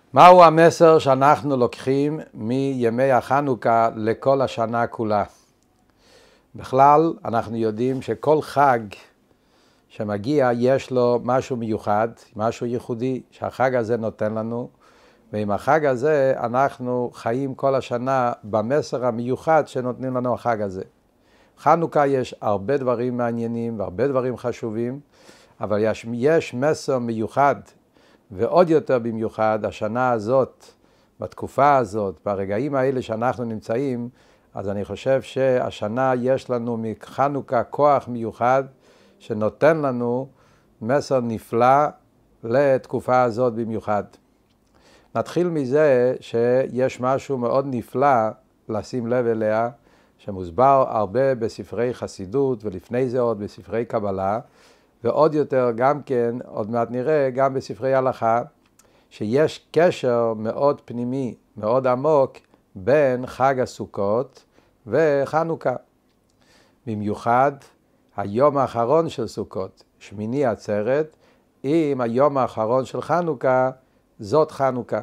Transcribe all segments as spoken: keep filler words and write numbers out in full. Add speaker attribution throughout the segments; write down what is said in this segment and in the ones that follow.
Speaker 1: מהו המסר שאנחנו לוקחים מימי החנוכה לכל השנה כולה? בכלל, אנחנו יודעים שכל חג שמגיע יש לו משהו מיוחד, משהו ייחודי שהחג הזה נותן לנו, ועם החג הזה אנחנו חיים כל השנה במסר המיוחד שנותנים לנו החג הזה. חנוכה יש הרבה דברים מעניינים והרבה דברים חשובים, אבל יש, יש מסר מיוחד, ועוד יותר במיוחד השנה הזאת, בתקופה הזאת, ברגעים האלה שאנחנו נמצאים, אז אני חושב שהשנה יש לנו מחנוכה כוח מיוחד שנותן לנו מסר נפלא לתקופה הזאת במיוחד. נתחיל מזה שיש משהו מאוד נפלא לשים לב אליה, שמוסבר הרבה בספרי חסידות ולפני זה עוד בספרי קבלה, ועוד יותר גם כן, עוד מעט נראה, גם בספרי הלכה, שיש קשר מאוד פנימי, מאוד עמוק, בין חג הסוכות וחנוכה. במיוחד היום האחרון של סוכות, שמיני עצרת, עם היום האחרון של חנוכה, זאת חנוכה.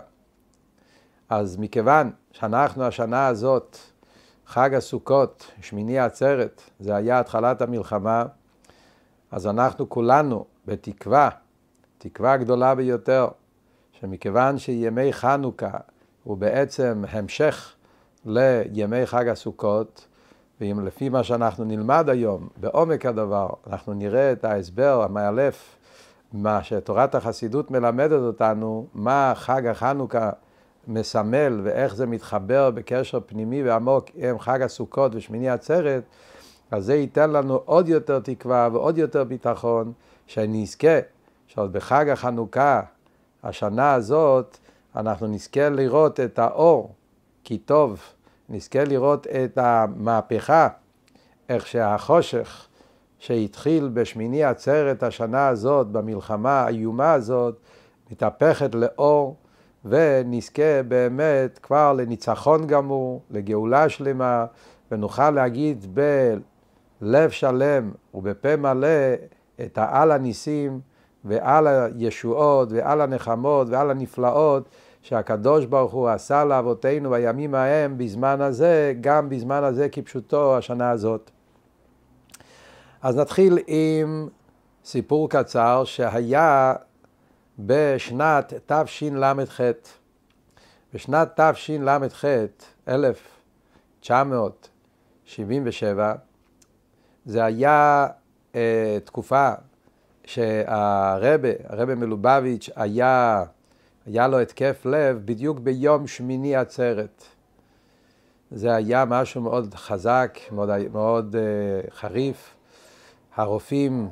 Speaker 1: אז מכיוון שאנחנו השנה הזאת, חג הסוכות, שמיני עצרת, זה היה התחלת המלחמה, אז אנחנו כולנו בתקווה, תקווה גדולה ביותר, שמכיוון שימי חנוכה הוא בעצם המשך לימי חג הסוכות, ואם לפי מה שאנחנו נלמד היום, בעומק הדבר, אנחנו נראה את ההסבר המאלף, מה שתורת החסידות מלמדת אותנו, מה חג החנוכה מסמל ואיך זה מתחבר בקשר פנימי ועמוק עם חג הסוכות ושמיני עצרת, אז זה ייתן לנו עוד יותר תקווה ועוד יותר ביטחון, שנזכה שעוד בחג החנוכה, השנה הזאת, אנחנו נזכה לראות את האור, כי טוב, נזכה לראות את המהפכה, איך שהחושך שהתחיל בשמיני עצרת השנה הזאת, במלחמה האיומה הזאת, מתהפכת לאור, ונזכה באמת כבר לניצחון גמור, לגאולה שלמה, ונוכל להגיד בלב שלם ובפה מלא את העל הניסים ועל הישועות ועל הנחמות ועל הנפלאות שהקדוש ברוך הוא עשה לאבותינו בימים ההם בזמן הזה, גם בזמן הזה כפשוטו השנה הזאת. אז נתחיל עם סיפור קצר שהיה בשנת תשל"ח. בשנת תשל"ח, אלף תשע מאות שבעים ושבע, זה היה אה, תקופה שהרבא, הרבא מלובביץ' היה, היה לו התקף לב בדיוק ביום שמיני עצרת. זה היה משהו מאוד חזק, מאוד, מאוד אה, חריף. הרופאים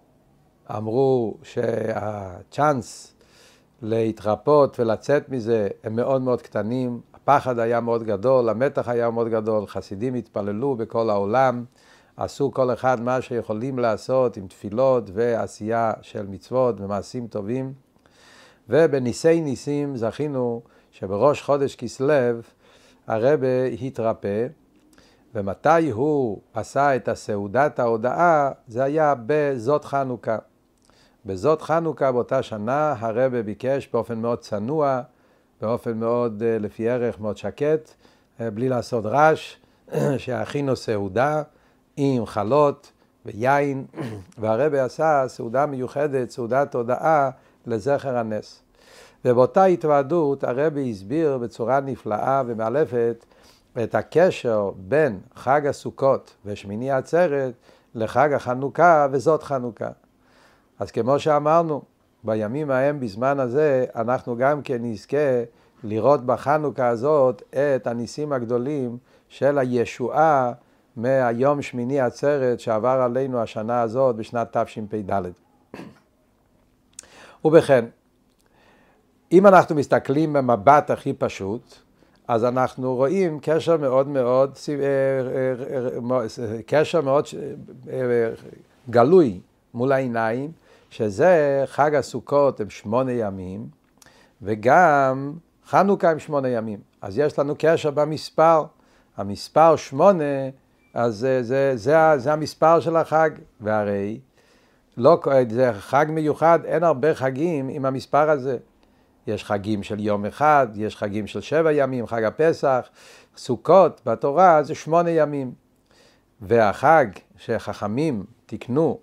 Speaker 1: אמרו שהצ'אנס להתרפות ולצאת מזה הם מאוד מאוד קטנים, הפחד היה מאוד גדול, המתח היה מאוד גדול, חסידים התפללו בכל העולם, עשו כל אחד מה שיכולים לעשות עם תפילות ועשייה של מצוות ומעשים טובים, ובניסי ניסים זכינו שבראש חודש כסלו הרבא התרפא, ומתי הוא עשה את הסעודת ההודעה, זה היה בזאת חנוכה. בזאת חנוכה באותה שנה הרבא ביקש באופן מאוד צנוע, באופן מאוד לפי ערך מאוד שקט, בלי לעשות רעש, שהכינו סעודה עם חלות ויין, והרבא עשה סעודה מיוחדת, סעודת הודעה לזכר הנס. ובאותה התוועדות הרבא הסביר בצורה נפלאה ומאלפת את הקשר בין חג הסוכות ושמיני עצרת לחג החנוכה וזאת חנוכה. אז כמו שאמרנו, בימים ההם בזמן הזה אנחנו גם כן נזכה לראות בחנוכה הזאת את הניסים הגדולים של הישועה מהיום שמיני עצרת שעבר עלינו השנה הזאת בשנת תשפ"ד. ובכן, אם אנחנו מסתכלים במבט הכי פשוט, אז אנחנו רואים קשר מאוד מאוד, קשר מאוד גלוי מול העיניים, שזה חג הסוכות הם שמונה ימים, וגם חנוכה הם שמונה ימים. אז יש לנו קשר במספר, המספר שמונה, אז זה, זה, זה, זה המספר של החג, והרי לא, זה חג מיוחד, אין הרבה חגים עם המספר הזה. יש חגים של יום אחד, יש חגים של שבע ימים, חג הפסח, סוכות בתורה זה שמונה ימים. והחג שחכמים תקנו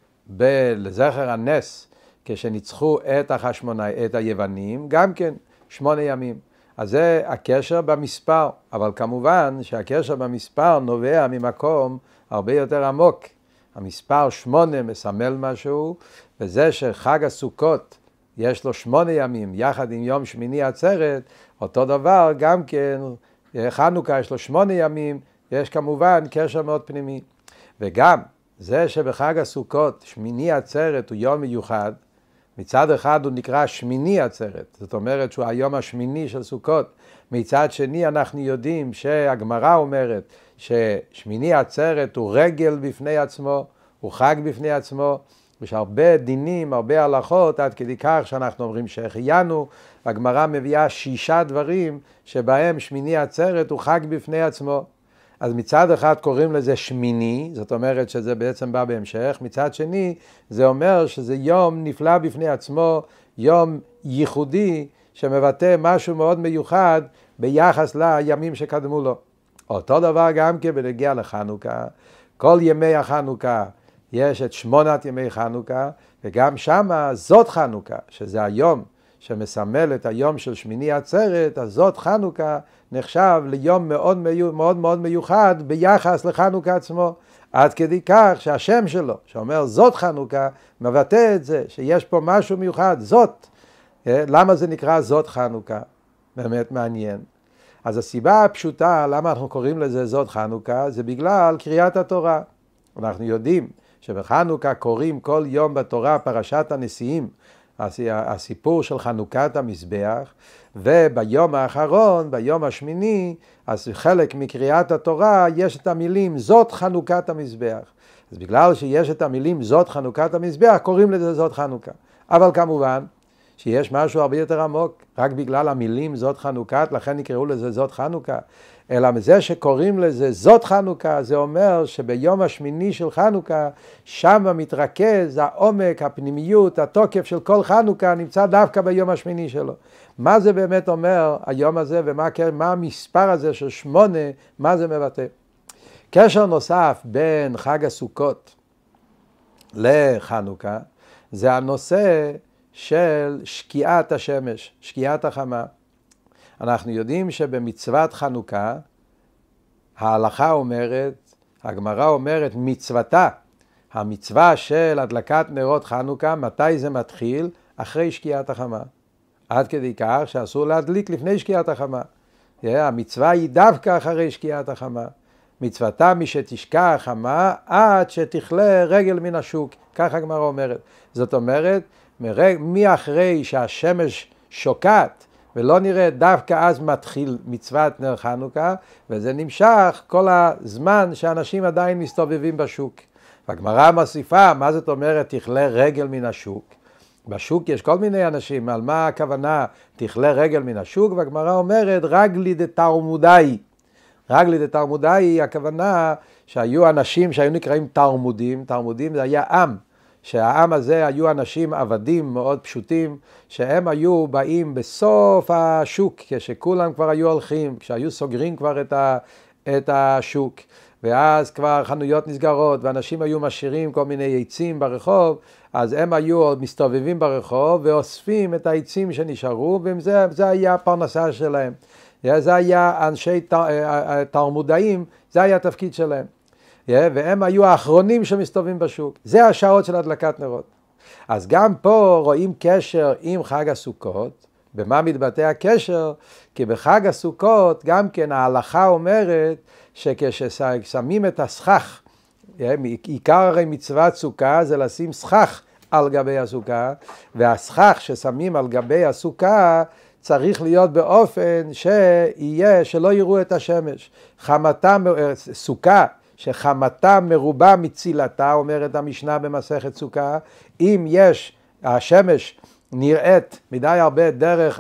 Speaker 1: לזכר הנס, כשניצחו את החשמונאי, את היוונים, גם כן שמונה ימים. אז זה הקשר במספר, אבל כמובן שהקשר במספר נובע ממקום הרבה יותר עמוק. המספר שמונה מסמל משהו, וזה שחג הסוכות יש לו שמונה ימים, יחד עם יום שמיני עצרת, אותו דבר גם כן, חנוכה יש לו שמונה ימים, יש כמובן קשר מאוד פנימי. וגם זה שבחג הסוכות שמיני עצרת הוא יום מיוחד, מצד אחד הוא נקרא שמיני עצרת, זאת אומרת שהוא היום השמיני של סוכות. מצד שני אנחנו יודעים שהגמרא אומרת ששמיני עצרת הוא רגל בפני עצמו, הוא חג בפני עצמו, יש הרבה דינים, הרבה הלכות, עד כדי כך שאנחנו אומרים שהחיינו, הגמרא מביאה שישה דברים שבהם שמיני עצרת הוא חג בפני עצמו. אז מצד אחד קוראים לזה שמיני, זאת אומרת שזה בעצם בא בהמשך, מצד שני זה אומר שזה יום נפלא בפני עצמו, יום ייחודי שמבטא משהו מאוד מיוחד ביחס לימים שקדמו לו. אותו דבר גם כן בנגיע לחנוכה, כל ימי החנוכה יש את שמונת ימי חנוכה, וגם שמה זאת חנוכה, שזה היום שמסמל את היום של שמיני עצרת, אז זאת חנוכה נחשב ליום מאוד מאוד מאוד מיוחד ביחס לחנוכה עצמו, עד כדי כך שהשם שלו, שאומר זאת חנוכה, מבטא את זה, שיש פה משהו מיוחד, זאת. למה זה נקרא זאת חנוכה? באמת מעניין. אז הסיבה הפשוטה למה אנחנו קוראים לזה זאת חנוכה, זה בגלל קריאת התורה. אנחנו יודעים שבחנוכה קוראים כל יום בתורה פרשת הנשיאים, הסיפור של חנוכת המזבח, וביום האחרון, ביום השמיני, אז חלק מקריאת התורה יש את המילים זאת חנוכת המזבח. אז בגלל שיש את המילים זאת חנוכת המזבח, קוראים לזה זאת חנוכה. אבל כמובן שיש משהו הרבה יותר עמוק, רק בגלל המילים זאת חנוכת, לכן יקראו לזה זאת חנוכה. אלא מזה שקוראים לזה זאת חנוכה, זה אומר שביום השמיני של חנוכה, שם מתרכז העומק, הפנימיות, התוקף של כל חנוכה, נמצא דווקא ביום השמיני שלו. מה זה באמת אומר היום הזה, ומה מה המספר הזה של שמונה, מה זה מבטא? קשר נוסף בין חג הסוכות לחנוכה, זה הנושא של שקיעת השמש, שקיעת החמה. אנחנו יודעים שבמצוות חנוכה, ההלכה אומרת, הגמרא אומרת, מצוותה, המצווה של הדלקת נרות חנוכה, מתי זה מתחיל? אחרי שקיעת החמה. עד כדי כך שאסור להדליק לפני שקיעת החמה. המצווה היא דווקא אחרי שקיעת החמה. מצוותה משתשקע החמה עד שתכלה רגל מן השוק. כך הגמרא אומרת. זאת אומרת, מאחרי שהשמש שוקעת, ולא נראה דווקא אז מתחיל מצוות נר חנוכה, וזה נמשך כל הזמן שאנשים עדיין מסתובבים בשוק. והגמרא מוסיפה, מה זאת אומרת תכלה רגל מן השוק? בשוק יש כל מיני אנשים, על מה הכוונה תכלה רגל מן השוק? והגמרא אומרת רגלי דתרמודאי. רגלי דתרמודאי, הכוונה שהיו אנשים שהיו נקראים תרמודים, תרמודים זה היה עם. שהעם הזה היו אנשים עבדים מאוד פשוטים, שהם היו באים בסוף השוק, כשכולם כבר היו הולכים, כשהיו סוגרים כבר את, ה, את השוק, ואז כבר חנויות נסגרות, ואנשים היו משאירים כל מיני עצים ברחוב, אז הם היו מסתובבים ברחוב, ואוספים את העצים שנשארו, וזה זה היה הפרנסה שלהם. זה היה אנשי תרמודאים, זה היה התפקיד שלהם. והם היו האחרונים שמסתובבים בשוק. זה השעות של הדלקת נרות. אז גם פה רואים קשר עם חג הסוכות. במה מתבטא הקשר? כי בחג הסוכות גם כן ההלכה אומרת שכששמים את הסכך, עיקר הרי מצוות סוכה זה לשים סכך על גבי הסוכה, והסכך ששמים על גבי הסוכה צריך להיות באופן שיהיה, שלא יראו את השמש. חמתה, סוכה, שחמתה מרובה מצילתה, אומרת המשנה במסכת סוכה, אם יש, השמש נראית מדי הרבה דרך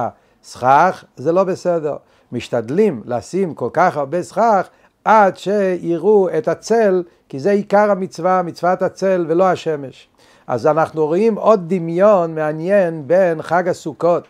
Speaker 1: הסכך, זה לא בסדר. משתדלים לשים כל כך הרבה סכך, עד שיראו את הצל, כי זה עיקר המצווה, מצוות הצל ולא השמש. אז אנחנו רואים עוד דמיון מעניין בין חג הסוכות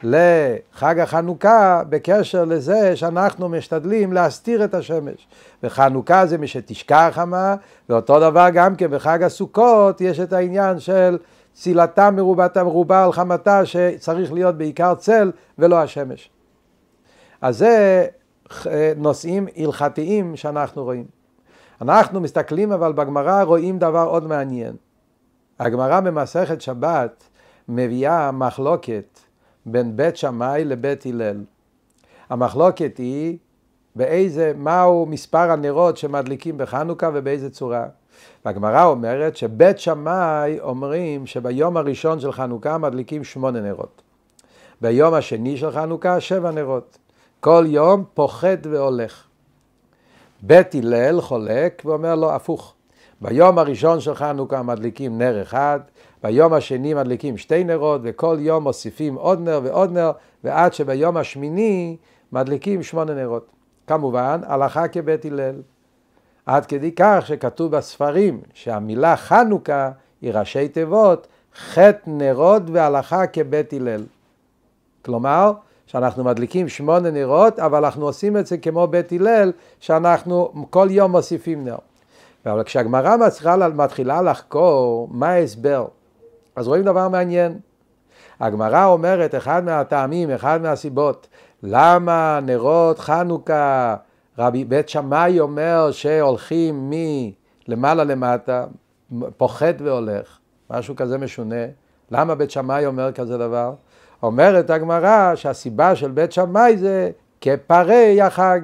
Speaker 1: לחג החנוכה בקשר לזה שאנחנו משתדלים להסתיר את השמש. וחנוכה זה מי שתשכח חמה, ואותו דבר גם כן בחג הסוכות יש את העניין של צילתה מרובתה מרובה על חמתה, שצריך להיות בעיקר צל ולא השמש. אז זה נושאים הלכתיים שאנחנו רואים. אנחנו מסתכלים אבל בגמרא רואים דבר עוד מעניין. הגמרא במסכת שבת מביאה מחלוקת בין בית שמאי לבית הלל. המחלוקת היא באיזה, מהו מספר הנרות שמדליקים בחנוכה ובאיזה צורה. והגמרא אומרת שבית שמאי אומרים שביום הראשון של חנוכה מדליקים שמונה נרות. ביום השני של חנוכה שבע נרות. כל יום פוחת והולך. בית הלל חולק ואומר לו הפוך. ביום הראשון של חנוכה מדליקים נר אחד, ביום השני מדליקים שתי נרות, וכל יום מוסיפים עוד נר ועוד נר, ועד שביום השמיני מדליקים שמונה נרות. כמובן, הלכה כבית הלל. עד כדי כך שכתוב בספרים שהמילה חנוכה היא ראשי תיבות, חטא נרות והלכה כבית הלל. כלומר, שאנחנו מדליקים שמונה נרות, אבל אנחנו עושים את זה כמו בית הלל, שאנחנו כל יום מוסיפים נר. אבל כשהגמרא מתחילה לחקור מה ההסבר, אז רואים דבר מעניין. הגמרא אומרת, אחד מהטעמים, אחד מהסיבות, למה נרות חנוכה, רבי בית שמאי אומר שהולכים מלמעלה למטה, פוחת והולך, משהו כזה משונה. למה בית שמאי אומר כזה דבר? אומרת הגמרא שהסיבה של בית שמאי זה כפרי החג.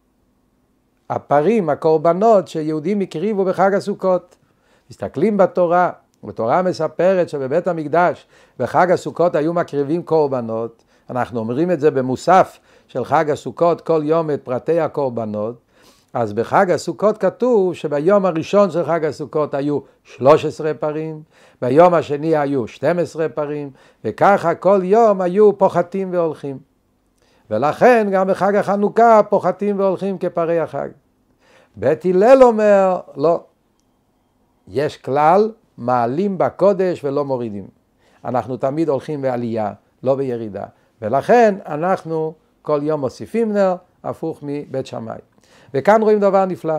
Speaker 1: הפרים, הקורבנות שיהודים הקריבו בחג הסוכות. מסתכלים בתורה, בתורה מספרת שבבית המקדש בחג הסוכות היו מקריבים קורבנות. אנחנו אומרים את זה במוסף של חג הסוכות כל יום את פרטי הקורבנות. אז בחג הסוכות כתוב שביום הראשון של חג הסוכות היו שלוש עשרה פרים, ביום השני היו שתים עשרה פרים, וככה כל יום היו פוחתים והולכים. ולכן גם בחג החנוכה פוחתים והולכים כפרי החג. בית הלל אומר, לא, יש כלל, מעלים בקודש ולא מורידים. אנחנו תמיד הולכים בעלייה, לא בירידה. ולכן אנחנו כל יום מוסיפים נר, הפוך מבית שמאי. וכאן רואים דבר נפלא.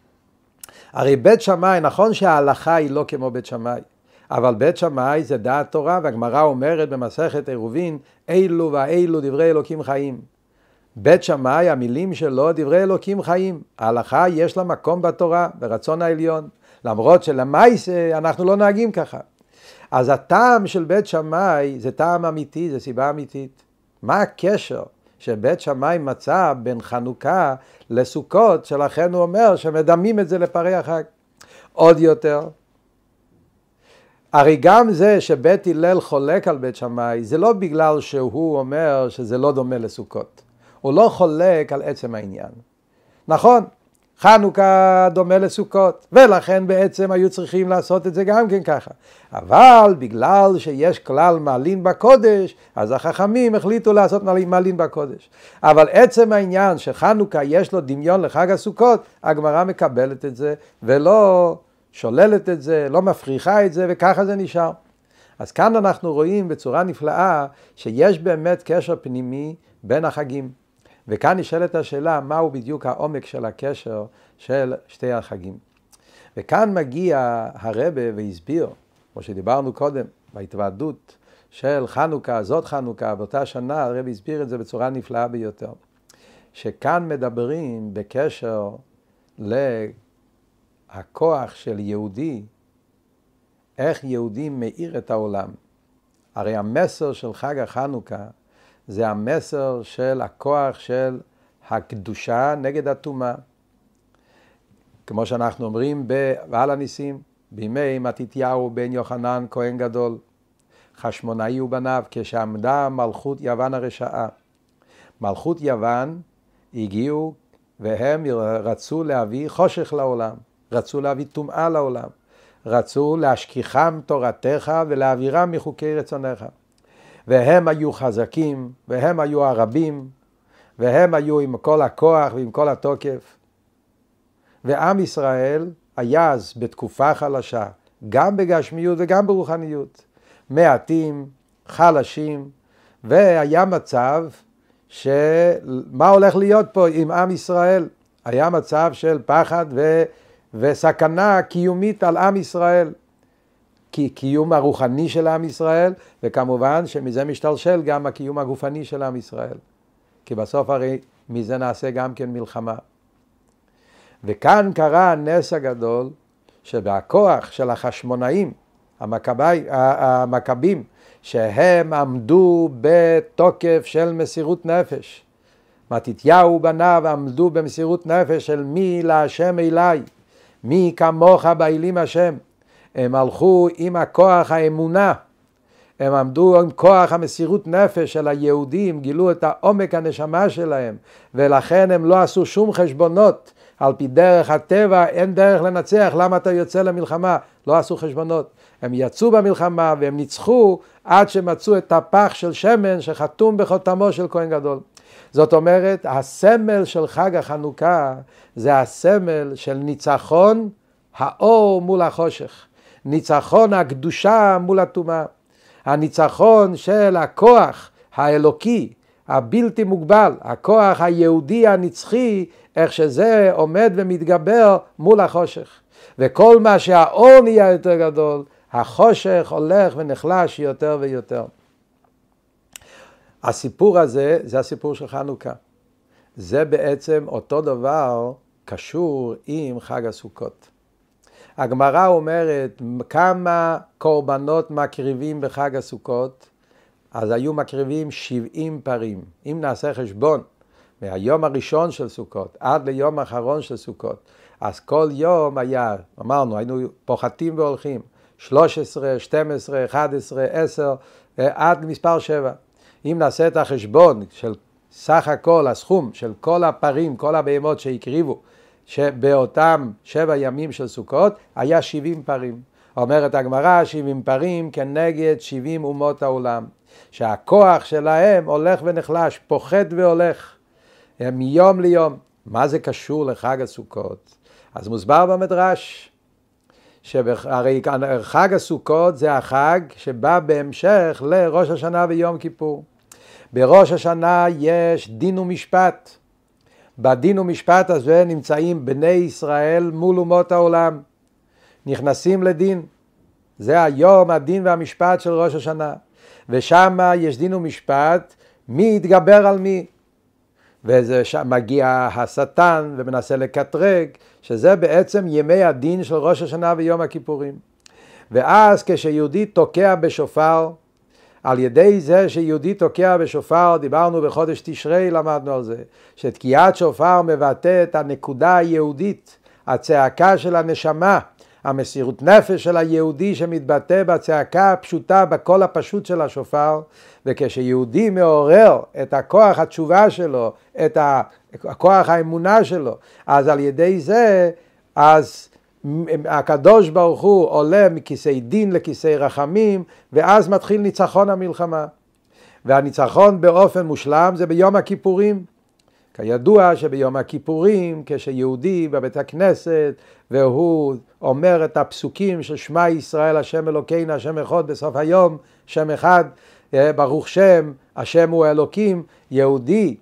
Speaker 1: הרי בית שמאי, נכון שההלכה היא לא כמו בית שמאי, אבל בית שמאי זה דעת תורה, והגמרא אומרת במסכת עירובין, אילו ואילו דברי אלוקים חיים. בית שמאי, המילים שלו דברי אלוקים חיים. ההלכה יש לה מקום בתורה, ברצון העליון. למרות שלמעשה אנחנו לא נוהגים ככה. אז הטעם של בית שמאי זה טעם אמיתי, זה סיבה אמיתית. מה הקשר שבית שמאי מצא בין חנוכה לסוכות, שלכן הוא אומר שמדמים את זה לפרי החג? עוד יותר, הרי גם זה שבית הלל חולק על בית שמאי, זה לא בגלל שהוא אומר שזה לא דומה לסוכות. הוא לא חולק על עצם העניין. נכון, חנוכה דומה לסוכות, ולכן בעצם היו צריכים לעשות את זה גם כן ככה. אבל בגלל שיש כלל מעלין בקודש, אז החכמים החליטו לעשות מעלין בקודש. אבל עצם העניין שחנוכה יש לו דמיון לחג הסוכות, הגמרא מקבלת את זה, ולא שוללת את זה, לא מפריחה את זה, וככה זה נשאר. אז כאן אנחנו רואים בצורה נפלאה, שיש באמת קשר פנימי בין החגים. וכאן נשאלת השאלה, מהו בדיוק העומק של הקשר של שתי החגים. וכאן מגיע הרבה והסביר, כמו שדיברנו קודם, בהתוועדות של חנוכה, זאת חנוכה, באותה שנה, הרבה הסביר את זה בצורה נפלאה ביותר. שכאן מדברים בקשר להכוח של יהודי, איך יהודי מאיר את העולם. הרי המסר של חג החנוכה, זה המסר של הכוח של הקדושה נגד הטומאה. כמו שאנחנו אומרים בעל הניסים, בימי מתתיהו בן יוחנן כהן גדול, חשמונאי ובניו, כשעמדה מלכות יוון הרשעה. מלכות יוון הגיעו והם רצו להביא חושך לעולם, רצו להביא טומאה לעולם, רצו להשכיחם תורתך ולהעבירם מחוקי רצונך. והם היו חזקים, והם היו הרבים, והם היו עם כל הכוח ועם כל התוקף. ועם ישראל היה אז בתקופה חלשה, גם בגשמיות וגם ברוחניות. מעטים, חלשים, והיה מצב שמה הולך להיות פה עם עם ישראל? היה מצב של פחד ו... וסכנה קיומית על עם ישראל. כי קיום הרוחני של עם ישראל, וכמובן שמזה משתלשל גם הקיום הגופני של עם ישראל. כי בסוף הרי מזה נעשה גם כן מלחמה. וכאן קרה הנס הגדול, שבהכוח של החשמונאים, המכבי, המכבים, שהם עמדו בתוקף של מסירות נפש. מתתיהו בניו עמדו במסירות נפש של מי להשם אליי, מי כמוך באלים השם. הם הלכו עם הכוח האמונה, הם עמדו עם כוח המסירות נפש של היהודים, גילו את העומק הנשמה שלהם, ולכן הם לא עשו שום חשבונות. על פי דרך הטבע אין דרך לנצח, למה אתה יוצא למלחמה? לא עשו חשבונות. הם יצאו במלחמה והם ניצחו עד שמצאו את הפח של שמן שחתום בחותמו של כהן גדול. זאת אומרת, הסמל של חג החנוכה זה הסמל של ניצחון האור מול החושך. ניצחון הקדושה מול הטומאה. הניצחון של הכוח האלוקי, הבלתי מוגבל, הכוח היהודי הנצחי, איך שזה עומד ומתגבר מול החושך. וכל מה שהאור נהיה יותר גדול, החושך הולך ונחלש יותר ויותר. הסיפור הזה, זה הסיפור של חנוכה. זה בעצם אותו דבר קשור עם חג הסוכות. הגמרא אומרת כמה קורבנות מקריבים בחג הסוכות, אז היו מקריבים שבעים פרים. אם נעשה חשבון מהיום הראשון של סוכות עד ליום האחרון של סוכות, אז כל יום היה, אמרנו, היינו פוחתים והולכים, שלוש עשרה, שתים עשרה, אחת עשרה, עשר, עד מספר שבע. אם נעשה את החשבון של סך הכל הסכום של כל הפרים, כל הבהמות שהקריבו, שבאותם שבע ימים של סוכות היה שבעים פרים. אומרת הגמרא, שבעים פרים כנגד שבעים אומות העולם. שהכוח שלהם הולך ונחלש, פוחת והולך מיום ליום. מה זה קשור לחג הסוכות? אז מוסבר במדרש, שהרי חג הסוכות זה החג שבא בהמשך לראש השנה ויום כיפור. בראש השנה יש דין ומשפט. בדין ומשפט הזה נמצאים בני ישראל מול אומות העולם. נכנסים לדין. זה היום הדין והמשפט של ראש השנה. ושם יש דין ומשפט, מי יתגבר על מי. וזה מגיע השטן ומנסה לקטרג, שזה בעצם ימי הדין של ראש השנה ויום הכיפורים. ואז כשיהודי תוקע בשופר, על ידי זה שיהודי תוקע בשופר, דיברנו בחודש תשרי, למדנו על זה, שתקיעת שופר מבטא את הנקודה היהודית, הצעקה של הנשמה, המסירות נפש של היהודי שמתבטא בצעקה הפשוטה, בקול הפשוט של השופר, וכשיהודי מעורר את הכוח התשובה שלו, את הכוח האמונה שלו, אז על ידי זה, אז הקדוש ברוך הוא עולה מכיסא דין לכיסא רחמים, ואז מתחיל ניצחון המלחמה. והניצחון באופן מושלם זה ביום הכיפורים. כידוע שביום הכיפורים, כשיהודי בבית הכנסת, והוא אומר את הפסוקים של שמע ישראל, השם אלוקינו, השם אחד בסוף היום, שם אחד, ברוך שם, השם הוא אלוקים, יהודי,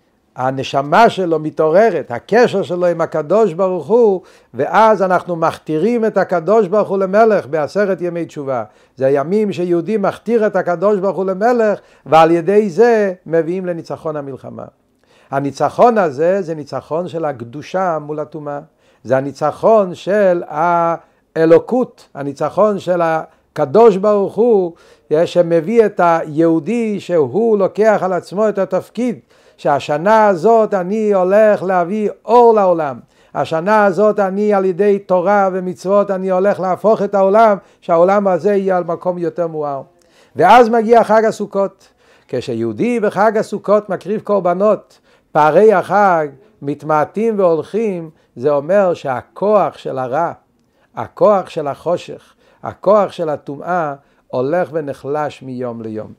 Speaker 1: הנשמה שלו מתעוררת, הקשר שלו עם הקדוש ברוך הוא, ואז אנחנו מכתירים את הקדוש ברוך הוא למלך בעשרת ימי תשובה. זה ימים שיהודי מכתיר את הקדוש ברוך הוא למלך, ועל ידי זה מביאים לניצחון המלחמה. הניצחון הזה זה ניצחון של הקדושה מול הטומאה. זה הניצחון של האלוקות, הניצחון של הקדוש ברוך הוא, שמביא את היהודי שהוא לוקח על עצמו את התפקיד, שהשנה הזאת אני הולך להביא אור לעולם. השנה הזאת אני על ידי תורה ומצוות אני הולך להפוך את העולם, שהעולם הזה יהיה על מקום יותר מואר. ואז מגיע חג הסוכות. כשיהודי בחג הסוכות מקריב קורבנות, פערי החג מתמעטים והולכים, זה אומר שהכוח של הרע, הכוח של החושך, הכוח של הטומאה הולך ונחלש מיום ליום.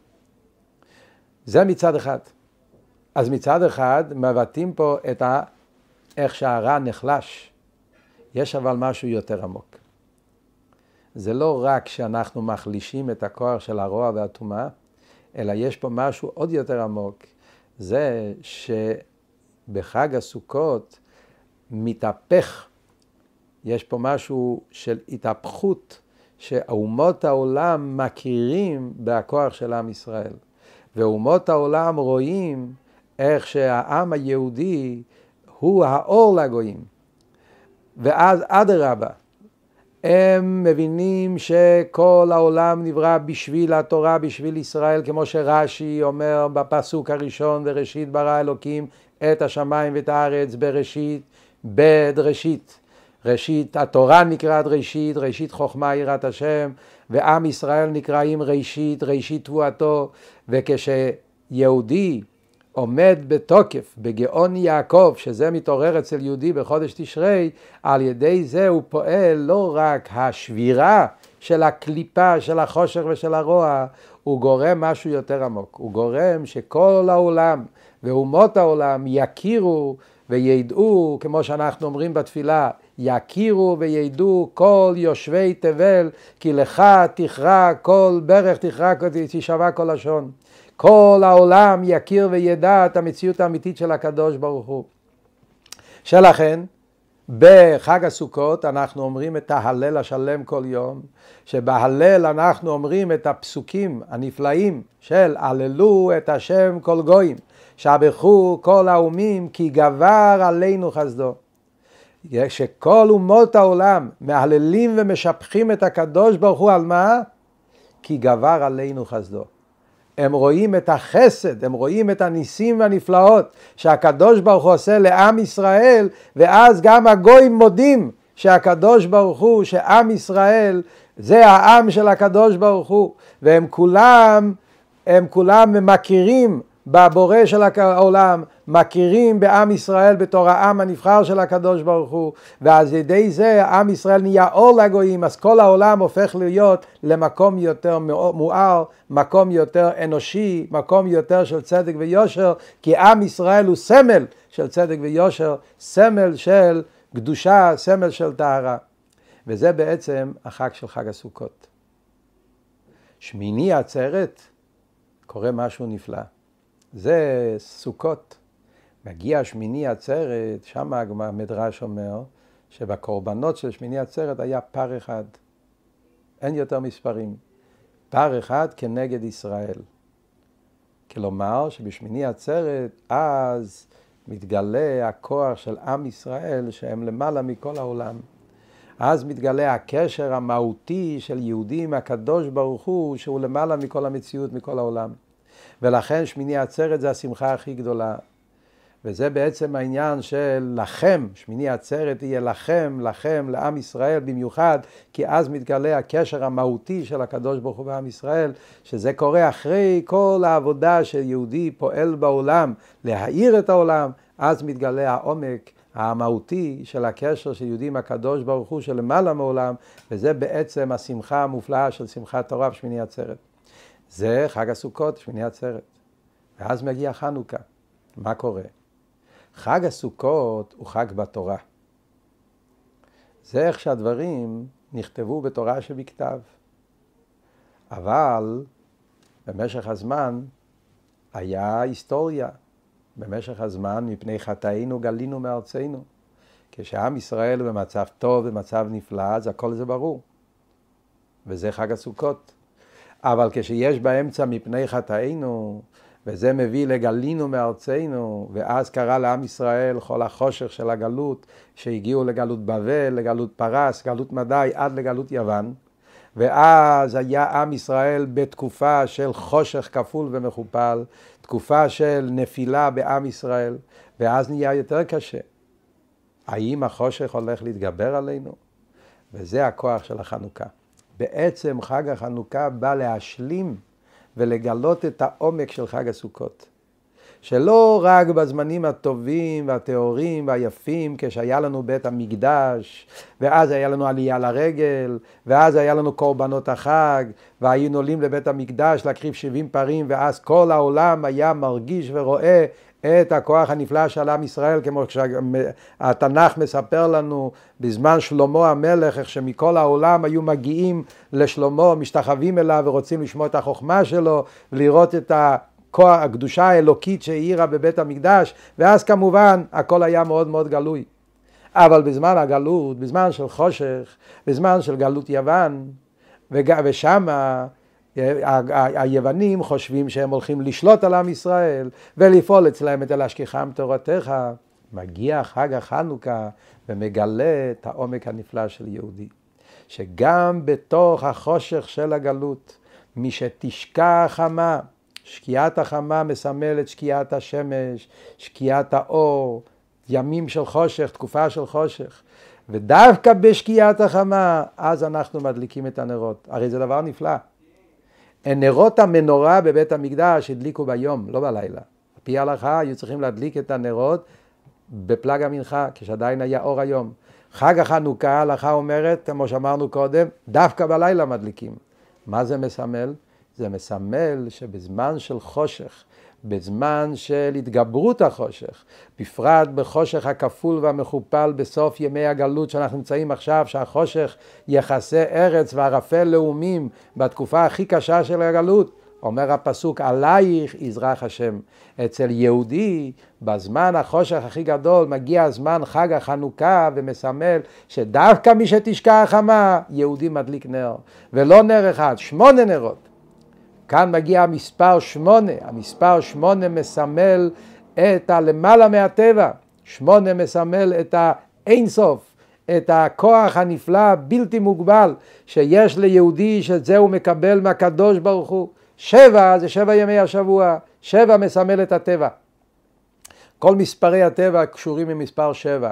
Speaker 1: זה מצד אחד. אז מצד אחד מבטאים פה את ה... איך שהרע נחלש. יש אבל משהו יותר עמוק. זה לא רק שאנחנו מחלישים את הכוח של הרוע והטומאה, אלא יש פה משהו עוד יותר עמוק. זה שבחג הסוכות מתהפך, יש פה משהו של התהפכות, שאומות העולם מכירים בכוח של עם ישראל. ואומות העולם רואים איך שהעם היהודי הוא האור לגויים. ואז אדרבה, הם מבינים שכל העולם נברא בשביל התורה, בשביל ישראל, כמו שרש"י אומר בפסוק הראשון, וראשית ברא אלוקים את השמיים ואת הארץ בראשית, בדראשית. ראשית, התורה נקראת ראשית, ראשית חוכמה יראת השם, ועם ישראל נקראים ראשית, ראשית תבואתו. וכשיהודי עומד בתוקף בגאון יעקב, שזה מתעורר אצל יהודי בחודש תשרי, על ידי זה הוא פועל לא רק השבירה של הקליפה, של החושך ושל הרוע, הוא גורם משהו יותר עמוק. הוא גורם שכל העולם ואומות העולם יכירו וידעו, כמו שאנחנו אומרים בתפילה, יכירו וידעו כל יושבי תבל, כי לך תכרע כל ברך, תכרע תשבע כל לשון. כל העולם יכיר וידע את המציאות האמיתית של הקדוש ברוך הוא. שלכן, בחג הסוכות אנחנו אומרים את ההלל השלם כל יום, שבהלל אנחנו אומרים את הפסוקים הנפלאים של הללו את השם כל גויים, שבחו כל האומים כי גבר עלינו חסדו. שכל אומות העולם מהללים ומשבחים את הקדוש ברוך הוא על מה? כי גבר עלינו חסדו. הם רואים את החסד, הם רואים את הניסים והנפלאות שהקדוש ברוך הוא עושה לעם ישראל, ואז גם הגויים מודים שהקדוש ברוך הוא, שעם ישראל זה העם של הקדוש ברוך הוא, והם כולם, הם כולם מכירים בבורא של העולם, מכירים בעם ישראל בתור העם הנבחר של הקדוש ברוך הוא, ואז ידי זה עם ישראל נהיה אור לגויים, אז כל העולם הופך להיות למקום יותר מואר, מקום יותר אנושי, מקום יותר של צדק ויושר, כי עם ישראל הוא סמל של צדק ויושר, סמל של קדושה, סמל של טהרה. וזה בעצם החג של חג הסוכות. שמיני עצרת קורה משהו נפלא. זה סוכות. מגיע שמיני עצרת, שם המדרש אומר שבקורבנות של שמיני עצרת היה פר אחד. אין יותר מספרים. פר אחד כנגד ישראל. כלומר שבשמיני עצרת אז מתגלה הכוח של עם ישראל שהם למעלה מכל העולם. אז מתגלה הקשר המהותי של יהודים הקדוש ברוך הוא שהוא למעלה מכל המציאות, מכל העולם. ולכן שמיני עצרת זה השמחה הכי גדולה. וזה בעצם העניין של לכם, שמיני עצרת יהיה לכם, לכם, לעם ישראל במיוחד, כי אז מתגלה הקשר המהותי של הקדוש ברוך הוא בעם ישראל, שזה קורה אחרי כל העבודה שיהודי פועל בעולם, להאיר את העולם, אז מתגלה העומק המהותי של הקשר של יהודים הקדוש ברוך הוא שלמעלה מעולם, וזה בעצם השמחה המופלאה של שמחת תורה בשמיני עצרת. זה חג הסוכות, שמיני עצרת. ואז מגיע חנוכה. מה קורה? חג הסוכות הוא חג בתורה. זה איך שהדברים נכתבו בתורה שבכתב. אבל במשך הזמן היה היסטוריה. במשך הזמן מפני חטאינו גלינו מארצנו. כשעם ישראל במצב טוב, במצב נפלא, אז הכל זה ברור. וזה חג הסוכות. אבל כשיש באמצע מפני חטאינו, וזה מביא לגלינו מארצנו, ואז קרה לעם ישראל כל החושך של הגלות, שהגיעו לגלות בבל, לגלות פרס, גלות מדי, עד לגלות יוון, ואז היה עם ישראל בתקופה של חושך כפול ומכופל, תקופה של נפילה בעם ישראל, ואז נהיה יותר קשה. האם החושך הולך להתגבר עלינו? וזה הכוח של החנוכה. בעצם חג החנוכה בא להשלים ולגלות את העומק של חג הסוכות. שלא רק בזמנים הטובים והטהורים והיפים, כשהיה לנו בית המקדש, ואז היה לנו עלייה לרגל, ואז היה לנו קורבנות החג, והיינו עולים לבית המקדש להקריב שבעים פרים, ואז כל העולם היה מרגיש ורואה את הכוח הנפלא של עם ישראל, כמו שהתנ"ך מספר לנו בזמן שלמה המלך, איך שמכל העולם היו מגיעים לשלמה, משתחווים אליו ורוצים לשמוע את החוכמה שלו, ולראות את הכוח, הקדושה האלוקית שהאירה בבית המקדש, ואז כמובן הכל היה מאוד מאוד גלוי. אבל בזמן הגלות, בזמן של חושך, בזמן של גלות יוון, ושם היוונים חושבים שהם הולכים לשלוט על עם ישראל ולפעול אצלהם את להשכיחם תורתך. מגיע חג החנוכה ומגלה את העומק הנפלא של יהודי, שגם בתוך החושך של הגלות, מי שתשקע החמה, שקיעת החמה מסמלת שקיעת השמש, שקיעת האור, ימים של חושך, תקופה של חושך, ודווקא בשקיעת החמה אז אנחנו מדליקים את הנרות. הרי זה דבר נפלא. נרות המנורה בבית המקדש הדליקו ביום, לא בלילה. על פי ההלכה היו צריכים להדליק את הנרות בפלג המנחה, כשעדיין היה אור היום. חג החנוכה, ההלכה אומרת, כמו שאמרנו קודם, דווקא בלילה מדליקים. מה זה מסמל? זה מסמל שבזמן של חושך, בזמן של התגברות החושך, בפרט בחושך הכפול והמכופל בסוף ימי הגלות שאנחנו נמצאים עכשיו, שהחושך יחסי ארץ וערפל לאומים בתקופה הכי קשה של הגלות, אומר הפסוק, עלייך יזרח השם. אצל יהודי בזמן החושך הכי גדול מגיע הזמן חג החנוכה, ומסמל שדווקא מי שתשקע החמה יהודי מדליק נר, ולא נר אחד, שמונה נרות. כאן מגיע המספר שמונה, המספר שמונה מסמל את הלמעלה מהטבע, שמונה מסמל את האינסוף, את הכוח הנפלא בלתי מוגבל שיש ליהודי, שזה הוא מקבל מהקדוש ברוך הוא. שבע זה שבע ימי השבוע, שבע מסמל את הטבע. כל מספרי הטבע קשורים עם מספר שבע.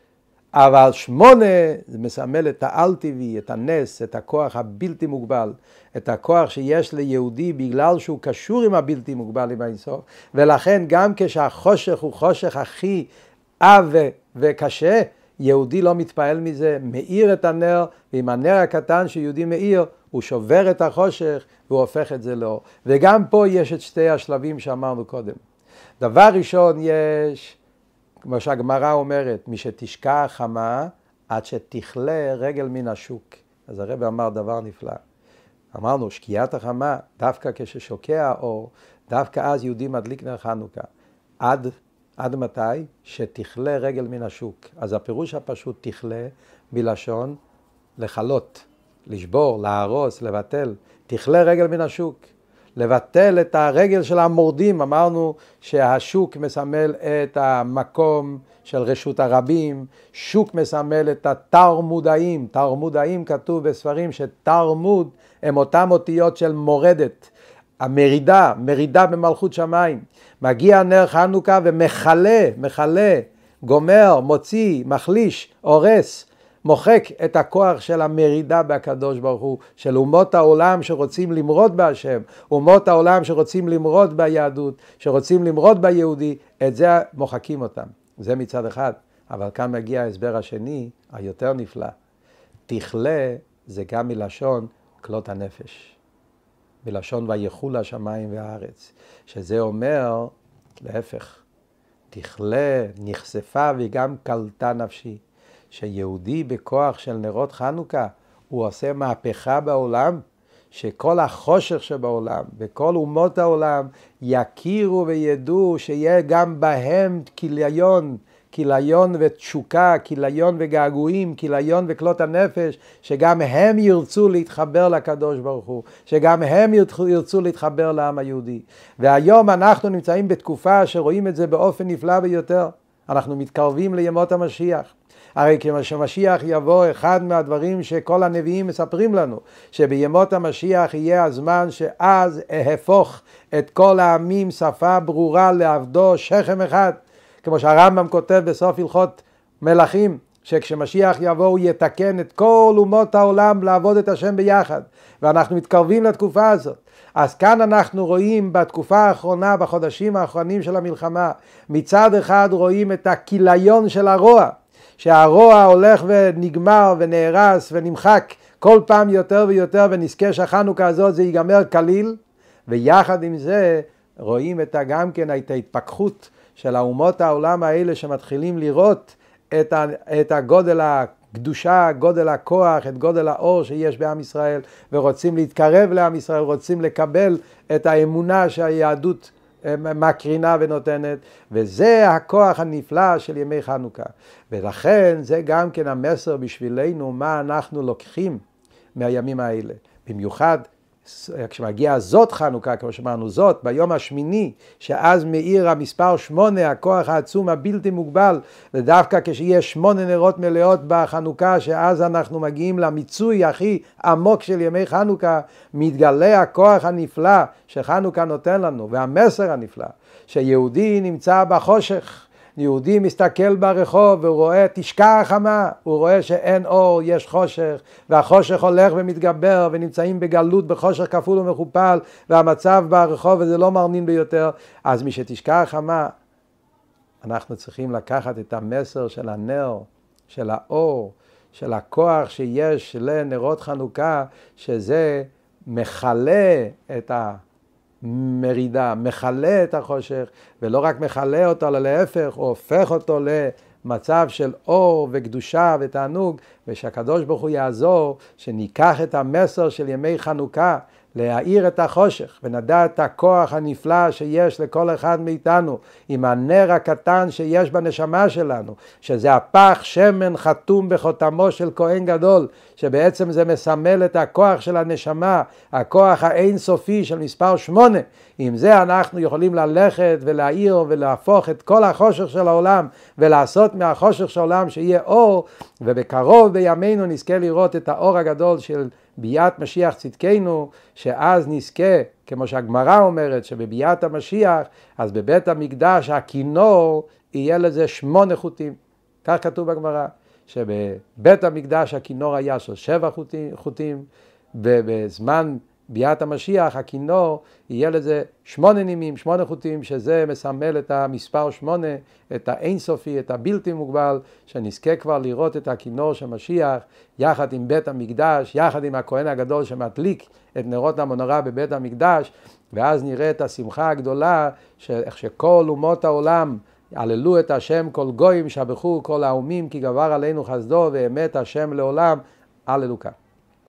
Speaker 1: אבל שמונה זה מסמל את העל טבעי, את הנס, את הכוח הבלתי מוגבל, את הכוח שיש ליהודי בגלל שהוא קשור עם הבלתי מוגבל, עם האינסוף. ולכן גם כשהחושך הוא חושך הכי עב וקשה, יהודי לא מתפעל מזה, מאיר את הנר, ועם הנר הקטן שיהודי מאיר, הוא שובר את החושך והוא הופך את זה לאור. וגם פה יש את שתי השלבים שאמרנו קודם. דבר ראשון יש, כמו שהגמרא אומרת, מי שתשקע חמה עד שתכלה רגל מן השוק. אז הרב אמר דבר נפלא. אמרנו, שקיעת החמה, דווקא כששוקע האור, דווקא אז יהודי מדליק נר חנוכה. עד, עד מתי? שתכלה רגל מן השוק. אז הפירוש הפשוט תכלה מלשון לחלות, לשבור, להרוס, לבטל. תכלה רגל מן השוק. לבטל את הרגל של המורדים. אמרנו שהשוק מסמל את המקום של רשות הרבים, שוק מסמל את התרמודאים. תרמודאים כתוב בספרים שתרמוד הם אותם אותיות של מורדת, המרידה, מרידה במלכות שמיים. מגיע נר חנוכה ומחלה, מחלה, גומר, מוציא, מחליש, הורס, מוחק את הכוח של המרידה בהקדוש ברוך הוא, של אומות העולם שרוצים למרוד בהשם, אומות העולם שרוצים למרוד ביהדות, שרוצים למרוד ביהודי, את זה מוחקים אותם. זה מצד אחד. אבל כאן מגיע ההסבר השני, היותר נפלא. תכלה זה גם מלשון כלות הנפש. מלשון ויחול השמיים והארץ. שזה אומר, להפך, תכלה, נחשפה וגם קלטה נפשי. שיהודי בכוח של נרות חנוכה, הוא עושה מהפכה בעולם, שכל החושך שבעולם, וכל אומות העולם, יכירו וידעו שיהיה גם בהם כיליון, כיליון ותשוקה, כיליון וגעגועים, כיליון וכלות הנפש, שגם הם ירצו להתחבר לקדוש ברוך הוא, שגם הם ירצו להתחבר לעם היהודי. והיום אנחנו נמצאים בתקופה שרואים את זה באופן נפלא ביותר. אנחנו מתקרבים לימות המשיח. הרי כשמשיח יבוא, אחד מהדברים שכל הנביאים מספרים לנו, שבימות המשיח יהיה הזמן שאז ההפוך את כל העמים שפה ברורה לעבדו שכם אחד. כמו שהרמב"ם כותב בסוף הלכות מלכים, שכשמשיח יבוא הוא יתקן את כל אומות העולם לעבוד את השם ביחד. ואנחנו מתקרבים לתקופה הזאת. אז כאן אנחנו רואים בתקופה האחרונה, בחודשים האחרונים של המלחמה, מצד אחד רואים את הכיליון של הרוע, שהרוע הולך ונגמר ונהרס ונמחק כל פעם יותר ויותר, ונזכה שהחנוכה הזאת זה ייגמר כליל, ויחד עם זה רואים את גם כן את ההתפכחות של האומות העולם האלה שמתחילים לראות את, ה, את הגודל הקדושה, גודל הכוח, את גודל האור שיש בעם ישראל, ורוצים להתקרב לעם ישראל, רוצים לקבל את האמונה שהיהדות מקרינה ונותנת, וזה הכוח הנפלא של ימי חנוכה. ולכן זה גם כן המסר בשבילנו, מה אנחנו לוקחים מהימים האלה. במיוחד כשמגיע זאת חנוכה, כמו שאמרנו זאת, ביום השמיני, שאז מאיר המספר שמונה, הכוח העצום הבלתי מוגבל, ודווקא כשיש שמונה נרות מלאות בחנוכה, שאז אנחנו מגיעים למיצוי הכי עמוק של ימי חנוכה, מתגלה הכוח הנפלא שחנוכה נותן לנו, והמסר הנפלא, שיהודי נמצא בחושך, יהודי מסתכל ברחוב והוא רואה תשקע החמה, הוא רואה שאין אור, יש חושך, והחושך הולך ומתגבר, ונמצאים בגלות בחושך כפול ומכופל, והמצב ברחוב הזה לא מרנין ביותר. אז משתשקע החמה, אנחנו צריכים לקחת את המסר של הנר, של האור, של הכוח שיש לנרות חנוכה, שזה מחלה את ה... מרידה, מחלה את החושך, ולא רק מחלה אותו, אלא להפך, הוא הופך אותו למצב של אור וקדושה ותענוג, ושהקדוש ברוך הוא יעזור שניקח את המסר של ימי חנוכה, להאיר את החושך, ונדע את הכוח הנפלא שיש לכל אחד מאיתנו, עם הנר הקטן שיש בנשמה שלנו, שזה הפח שמן חתום בחותמו של כהן גדול, שבעצם זה מסמל את הכוח של הנשמה, הכוח האינסופי של מספר שמונה. עם זה אנחנו יכולים ללכת ולהאיר ולהפוך את כל החושך של העולם, ולעשות מהחושך של העולם שיהיה אור, ובקרוב בימינו נזכה לראות את האור הגדול של ביאת משיח צדקנו, שאז נזכה, כמו שהגמרא אומרת, שבביאת המשיח, אז בבית המקדש הכינור יהיה לזה שמונה חוטים. כך כתוב בגמרא, שבבית המקדש הכינור היה של שבע חוטים, חוטים, ובזמן ביאת המשיח הכינור יהיה לזה שמונה נימים, שמונה חוטים, שזה מסמל את המספר שמונה, את האינסופי, את הבלתי מוגבל, שנזכה כבר לראות את הכינור של משיח, יחד עם בית המקדש, יחד עם הכהן הגדול שמדליק את נרות המנורה בבית המקדש, ואז נראה את השמחה הגדולה, שאיך שכל אומות העולם הללו את השם, כל גויים שבחו כל האומים, כי גבר עלינו חסדו ואמת השם לעולם. הללויה.